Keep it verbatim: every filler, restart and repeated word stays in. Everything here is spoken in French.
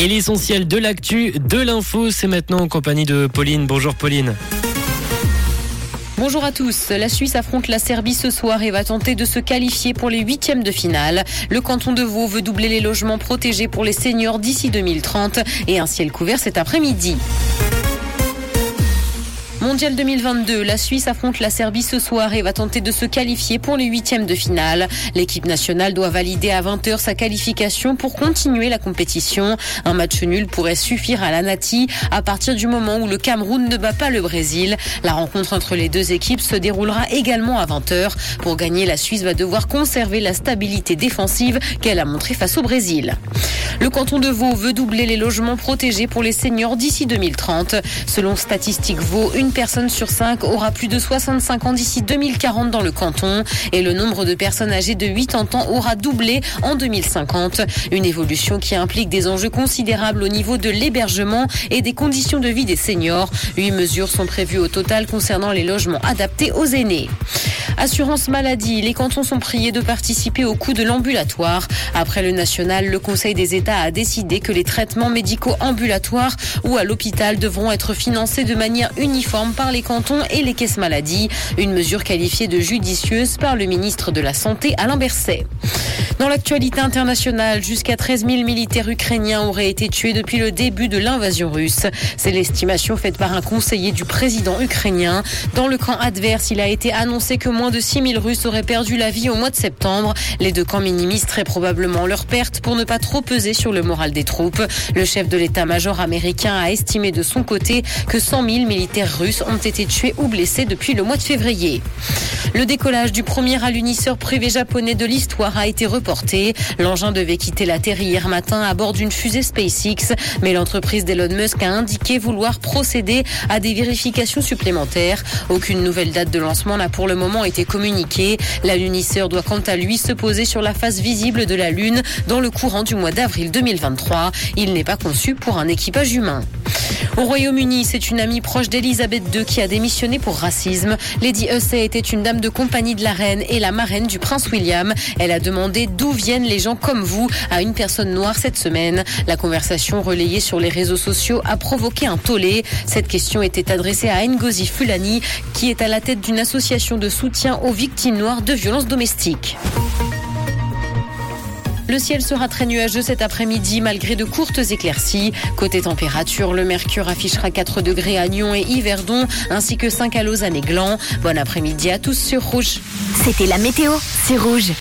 Et l'essentiel de l'actu, de l'info, c'est maintenant en compagnie de Pauline. Bonjour Pauline. Bonjour à tous. La Suisse affronte la Serbie ce soir et va tenter de se qualifier pour les huitièmes de finale. Le canton de Vaud veut doubler les logements protégés pour les seniors d'ici deux mille trente et un ciel couvert cet après-midi. Mondial deux mille vingt-deux, la Suisse affronte la Serbie ce soir et va tenter de se qualifier pour les huitièmes de finale. L'équipe nationale doit valider à vingt heures sa qualification pour continuer la compétition. Un match nul pourrait suffire à la Nati à partir du moment où le Cameroun ne bat pas le Brésil. La rencontre entre les deux équipes se déroulera également à vingt heures. Pour gagner, la Suisse va devoir conserver la stabilité défensive qu'elle a montrée face au Brésil. Le canton de Vaud veut doubler les logements protégés pour les seniors d'ici deux mille trente. Selon Statistique Vaud, une personne sur cinq aura plus de soixante-cinq ans d'ici deux mille quarante dans le canton et le nombre de personnes âgées de quatre-vingts ans aura doublé en deux mille cinquante. Une évolution qui implique des enjeux considérables au niveau de l'hébergement et des conditions de vie des seniors. Huit mesures sont prévues au total concernant les logements adaptés aux aînés. Assurance maladie, les cantons sont priés de participer au coût de l'ambulatoire. Après le national, le Conseil des États a décidé que les traitements médicaux ambulatoires ou à l'hôpital devront être financés de manière uniforme par les cantons et les caisses maladie. Une mesure qualifiée de judicieuse par le ministre de la Santé, Alain Berset. Dans l'actualité internationale, jusqu'à treize mille militaires ukrainiens auraient été tués depuis le début de l'invasion russe. C'est l'estimation faite par un conseiller du président ukrainien. Dans le camp adverse, il a été annoncé que moins de six mille Russes auraient perdu la vie au mois de septembre. Les deux camps minimisent très probablement leurs pertes pour ne pas trop peser sur le moral des troupes. Le chef de l'état-major américain a estimé de son côté que cent mille militaires russes ont été tués ou blessés depuis le mois de février. Le décollage du premier alunisseur privé japonais de l'histoire a été reporté. L'engin devait quitter la Terre hier matin à bord d'une fusée SpaceX, mais l'entreprise d'Elon Musk a indiqué vouloir procéder à des vérifications supplémentaires. Aucune nouvelle date de lancement n'a pour le moment été communiquée. L'alunisseur doit quant à lui se poser sur la face visible de la Lune dans le courant du mois d'avril deux mille vingt-trois. Il n'est pas conçu pour un équipage humain. Au Royaume-Uni, c'est une amie proche d'Elisabeth deux qui a démissionné pour racisme. Lady Hussey était une dame de compagnie de la reine et la marraine du prince William. Elle a demandé d'où viennent les gens comme vous à une personne noire cette semaine. La conversation relayée sur les réseaux sociaux a provoqué un tollé. Cette question était adressée à Ngozi Fulani, qui est à la tête d'une association de soutien aux victimes noires de violences domestiques. Le ciel sera très nuageux cet après-midi malgré de courtes éclaircies. Côté température, le mercure affichera quatre degrés à Nyon et Yverdon ainsi que cinq à Lausanne et Gland. Bon après-midi à tous sur Rouge. C'était la météo, c'est Rouge.